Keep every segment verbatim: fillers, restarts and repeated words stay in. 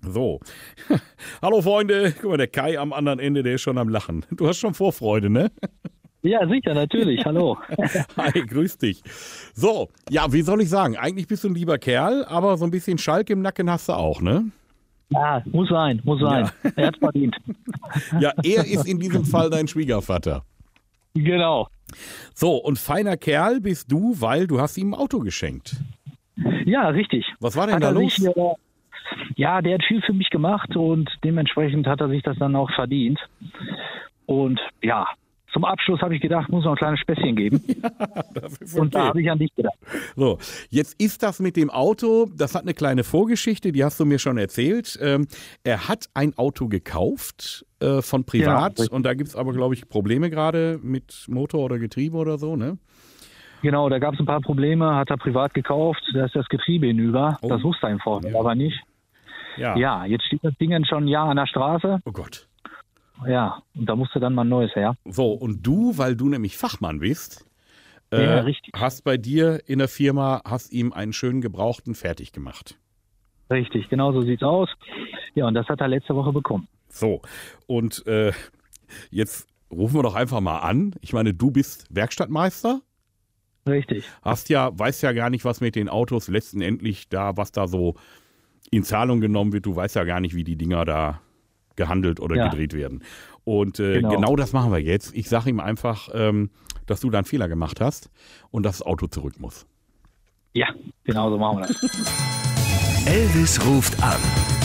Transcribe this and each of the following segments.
So. Hallo Freunde. Guck mal, der Kai am anderen Ende, der ist schon am Lachen. Du hast schon Vorfreude, ne? Ja, sicher, natürlich. Hallo. Hi, grüß dich. So, ja, wie soll ich sagen? Eigentlich bist du ein lieber Kerl, aber so ein bisschen Schalk im Nacken hast du auch, ne? Ja, muss sein, muss sein. Ja. Er hat verdient. Ja, er ist in diesem Fall dein Schwiegervater. Genau. So, und feiner Kerl bist du, weil du hast ihm ein Auto geschenkt. Ja, richtig. Was war denn Hat da er los? sich, äh, ja, der hat viel für mich gemacht und dementsprechend hat er sich das dann auch verdient. Und ja, zum Abschluss habe ich gedacht, muss noch ein kleines Späßchen geben. Das ist Und da okay. habe ich an dich gedacht. So, jetzt ist das mit dem Auto, das hat eine kleine Vorgeschichte, die hast du mir schon erzählt. Ähm, er hat ein Auto gekauft äh, von privat Genau. und da gibt es aber, glaube ich, Probleme gerade mit Motor oder Getriebe oder so, ne? Genau, da gab es ein paar Probleme, hat er privat gekauft, da ist das Getriebe hinüber. Oh. Das wusste er im Vorfeld Ja. aber nicht. Ja. Ja, jetzt steht das Ding dann schon ein Jahr an der Straße. Oh Gott. Ja, und da musste dann mal ein neues her. So, und du, weil du nämlich Fachmann bist, Ja, äh, richtig. hast bei dir in der Firma, hast ihm einen schönen Gebrauchten fertig gemacht. Richtig, genau so sieht's aus. Ja, und das hat er letzte Woche bekommen. So, und äh, jetzt rufen wir doch einfach mal an. Ich meine, du bist Werkstattmeister, Richtig. hast ja, weißt ja gar nicht, was mit den Autos letztendlich da, was da so in Zahlung genommen wird. Du weißt ja gar nicht, wie die Dinger da gehandelt oder Ja. gedreht werden. Und äh, genau. Genau. das machen wir jetzt. Ich sage ihm einfach, ähm, dass du da einen Fehler gemacht hast und dass das Auto zurück muss. Ja, genau so machen wir das. Elvis ruft an.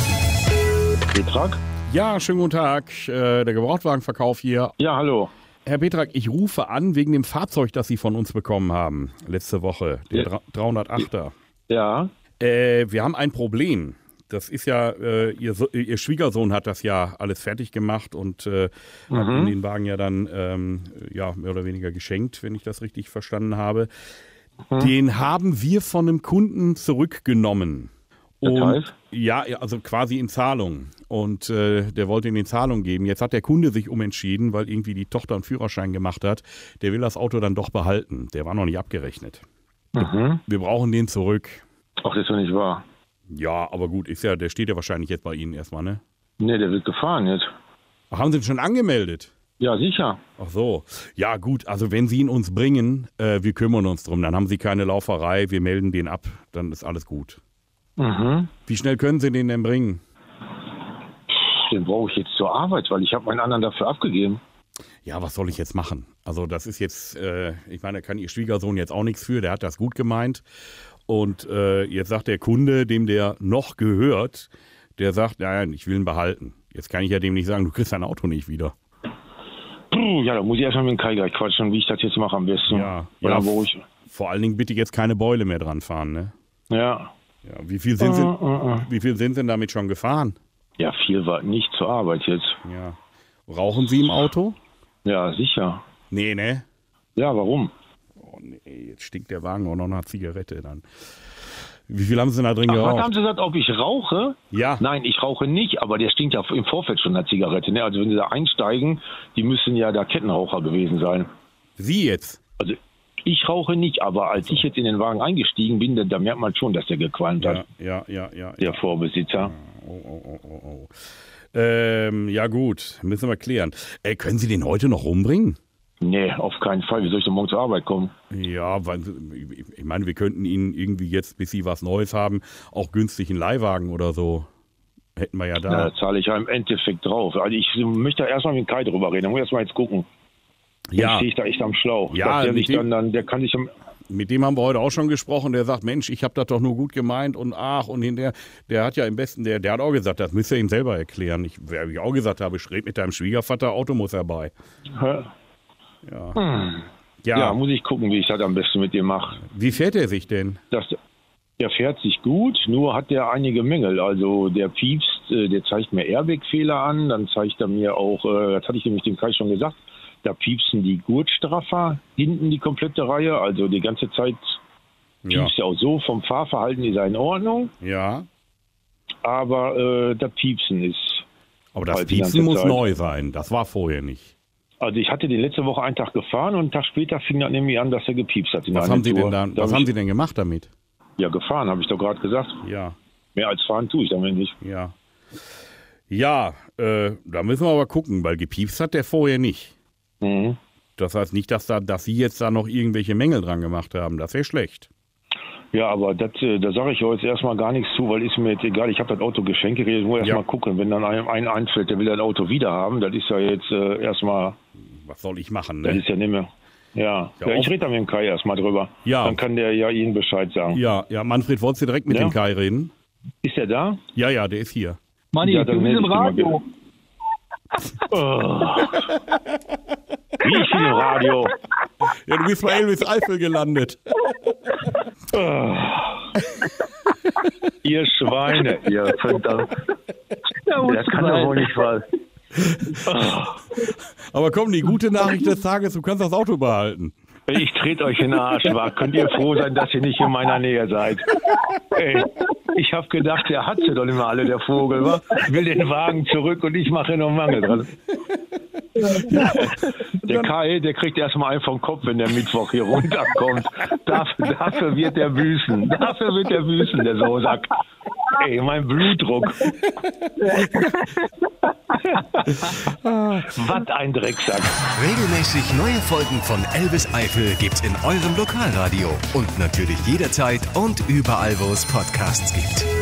Betrag? Ja, schönen guten Tag. Äh, der Gebrauchtwagenverkauf hier. Ja, hallo. Herr Petrak, ich rufe an wegen dem Fahrzeug, das Sie von uns bekommen haben letzte Woche, der Ja. dreihundertachter. Ja, Äh, wir haben ein Problem. Das ist ja, äh, ihr, So- Ihr Schwiegersohn hat das ja alles fertig gemacht und äh, hat Ihnen den Wagen ja dann ähm, ja, mehr oder weniger geschenkt, wenn ich das richtig verstanden habe. Den haben wir von einem Kunden zurückgenommen. Das Und heißt? ja, ja, also quasi in Zahlung. Und äh, der wollte ihn in Zahlung geben. Jetzt hat der Kunde sich umentschieden, weil irgendwie die Tochter einen Führerschein gemacht hat. Der will das Auto dann doch behalten. Der war noch nicht abgerechnet. Mhm. Wir brauchen den zurück. Ach, das ist doch nicht wahr. Ja, aber gut, ist ja, der steht ja wahrscheinlich jetzt bei Ihnen erstmal, ne? Nee, der wird gefahren jetzt. Ach, haben Sie ihn schon angemeldet? Ja, sicher. Ach so. Ja, gut, also wenn Sie ihn uns bringen, äh, wir kümmern uns drum. Dann haben Sie keine Lauferei, wir melden den ab, dann ist alles gut. Mhm. Wie schnell können Sie den denn bringen? Den brauche ich jetzt zur Arbeit, weil ich habe meinen anderen dafür abgegeben. Ja, was soll ich jetzt machen? Also das ist jetzt, äh, ich meine, da kann Ihr Schwiegersohn jetzt auch nichts für, der hat das gut gemeint. Und äh, jetzt sagt der Kunde, dem der noch gehört, der sagt, nein, ich will ihn behalten. Jetzt kann ich ja dem nicht sagen, du kriegst dein Auto nicht wieder. Puh, ja, da muss ich erstmal mit dem Kai gleich quatschen, wie ich das jetzt mache am besten. Ja, Oder ja, wo ich. vor allen Dingen bitte jetzt keine Beule mehr dran fahren, ne? Ja. Ja, wie viel sind Sie, Äh, äh, äh. wie viel sind Sie denn damit schon gefahren? Ja, viel war nicht zur Arbeit jetzt. Ja. Rauchen Sie im Auto? Ja, sicher. Nee, ne? Ja, warum? Oh nee, jetzt stinkt der Wagen auch noch nach Zigarette dann. Wie viel haben Sie da drin Ach, was haben geraucht? Sie gesagt, ob ich rauche? Ja. Nein, ich rauche nicht, aber der stinkt ja im Vorfeld schon nach Zigarette. Ne? Also wenn Sie da einsteigen, die müssen ja da Kettenraucher gewesen sein. Sie jetzt? Also ich rauche nicht, aber als ich jetzt in den Wagen eingestiegen bin, da, da merkt man schon, dass der gequalmt Ja, hat, ja, ja, ja. der ja. Vorbesitzer. Oh, oh, oh, oh, oh. Ähm, ja gut, müssen wir klären. Äh, können Sie den heute noch rumbringen? Nee, auf keinen Fall. Wie soll ich denn morgen zur Arbeit kommen? Ja, weil, ich meine, wir könnten Ihnen irgendwie jetzt, bis Sie was Neues haben, auch günstig einen Leihwagen oder so. Hätten wir ja Na, da. da zahle ich ja im Endeffekt drauf. Also ich möchte da erstmal mit Kai drüber reden. Da muss ich erstmal jetzt gucken. Dann Ja, stehe ich da echt am Schlauch. Ja, Dass der mit sich dem- dann, dann, der kann sich am, mit dem haben wir heute auch schon gesprochen. Der sagt, Mensch, ich habe das doch nur gut gemeint und ach und hinterher, der hat ja im besten, der, der hat auch gesagt, das müsst ihr ihm selber erklären. Ich, wie ich auch gesagt habe, ich rede mit deinem Schwiegervater, Auto muss herbei. Hä? Ja. ja. Ja, muss ich gucken, wie ich das am besten mit dem mache. wie fährt er sich denn? Das, der fährt sich gut, nur hat der einige Mängel. Also der piepst, äh, der zeigt mir Airbag-Fehler an, dann zeigt er mir auch, äh, das hatte ich nämlich dem Kai schon gesagt, da piepsen die Gurtstraffer hinten die komplette Reihe. Also die ganze Zeit Ja, piepst er auch so, vom Fahrverhalten ist er in Ordnung, ja. aber äh, das Piepsen ist... Aber das halt die Piepsen ganze muss Zeit. neu sein. Das war vorher nicht. Also ich hatte den letzte Woche einen Tag gefahren und einen Tag später fing das nämlich an, dass er gepiepst hat. In Was einer haben Sie Tour. denn da, Da was hab haben ich, Sie denn gemacht damit? Ja, gefahren, habe ich doch gerade gesagt. Ja, Mehr als fahren tue ich damit nicht. ja. Ja, äh, da müssen wir aber gucken, weil gepiepst hat der vorher nicht. Mhm. Das heißt nicht, dass, da, dass Sie jetzt da noch irgendwelche Mängel dran gemacht haben. Das wäre schlecht. Ja, aber das, da sage ich euch erstmal gar nichts zu, weil ist mir jetzt egal. Ich habe das Auto Geschenk geredet, muss erstmal Ja. gucken. Wenn dann einem einen einfällt, der will das Auto wieder haben, das ist ja jetzt äh, erstmal, Was soll ich machen, das ne? ist ja nicht mehr. Ja, Ja, ja, ich auch- rede da mit dem Kai erstmal drüber. Ja. Dann kann der ja Ihnen Bescheid sagen. Ja, ja, Manfred, wolltest du direkt mit Ja. dem Kai reden? Ist der da? Ja, ja, der ist hier. Manni, Ja, dann du bist melde im ich dich mal Radio. Oh. Wie viel Radio? Ja, du bist bei Elvis Eifel gelandet. Oh. Ihr Schweine, ihr verdammt. Das kann doch wohl nicht wahr. Aber komm, die gute Nachricht des Tages, du kannst das Auto behalten. Ich trete euch in den Arsch, wa? Könnt ihr froh sein, dass ihr nicht in meiner Nähe seid? Ey, ich habe gedacht, der hat sie doch immer alle, der Vogel, wa? Will den Wagen zurück und ich mache noch Mangel dran. Der Kai, der kriegt erstmal einen vom Kopf, wenn der Mittwoch hier runterkommt. Dafür, dafür wird der büßen. Dafür wird der büßen, der Sosack. Ey, mein Blutdruck. Was ein Drecksack. Regelmäßig neue Folgen von Elvis Eifel gibt's in eurem Lokalradio und natürlich jederzeit und überall, wo es Podcasts gibt.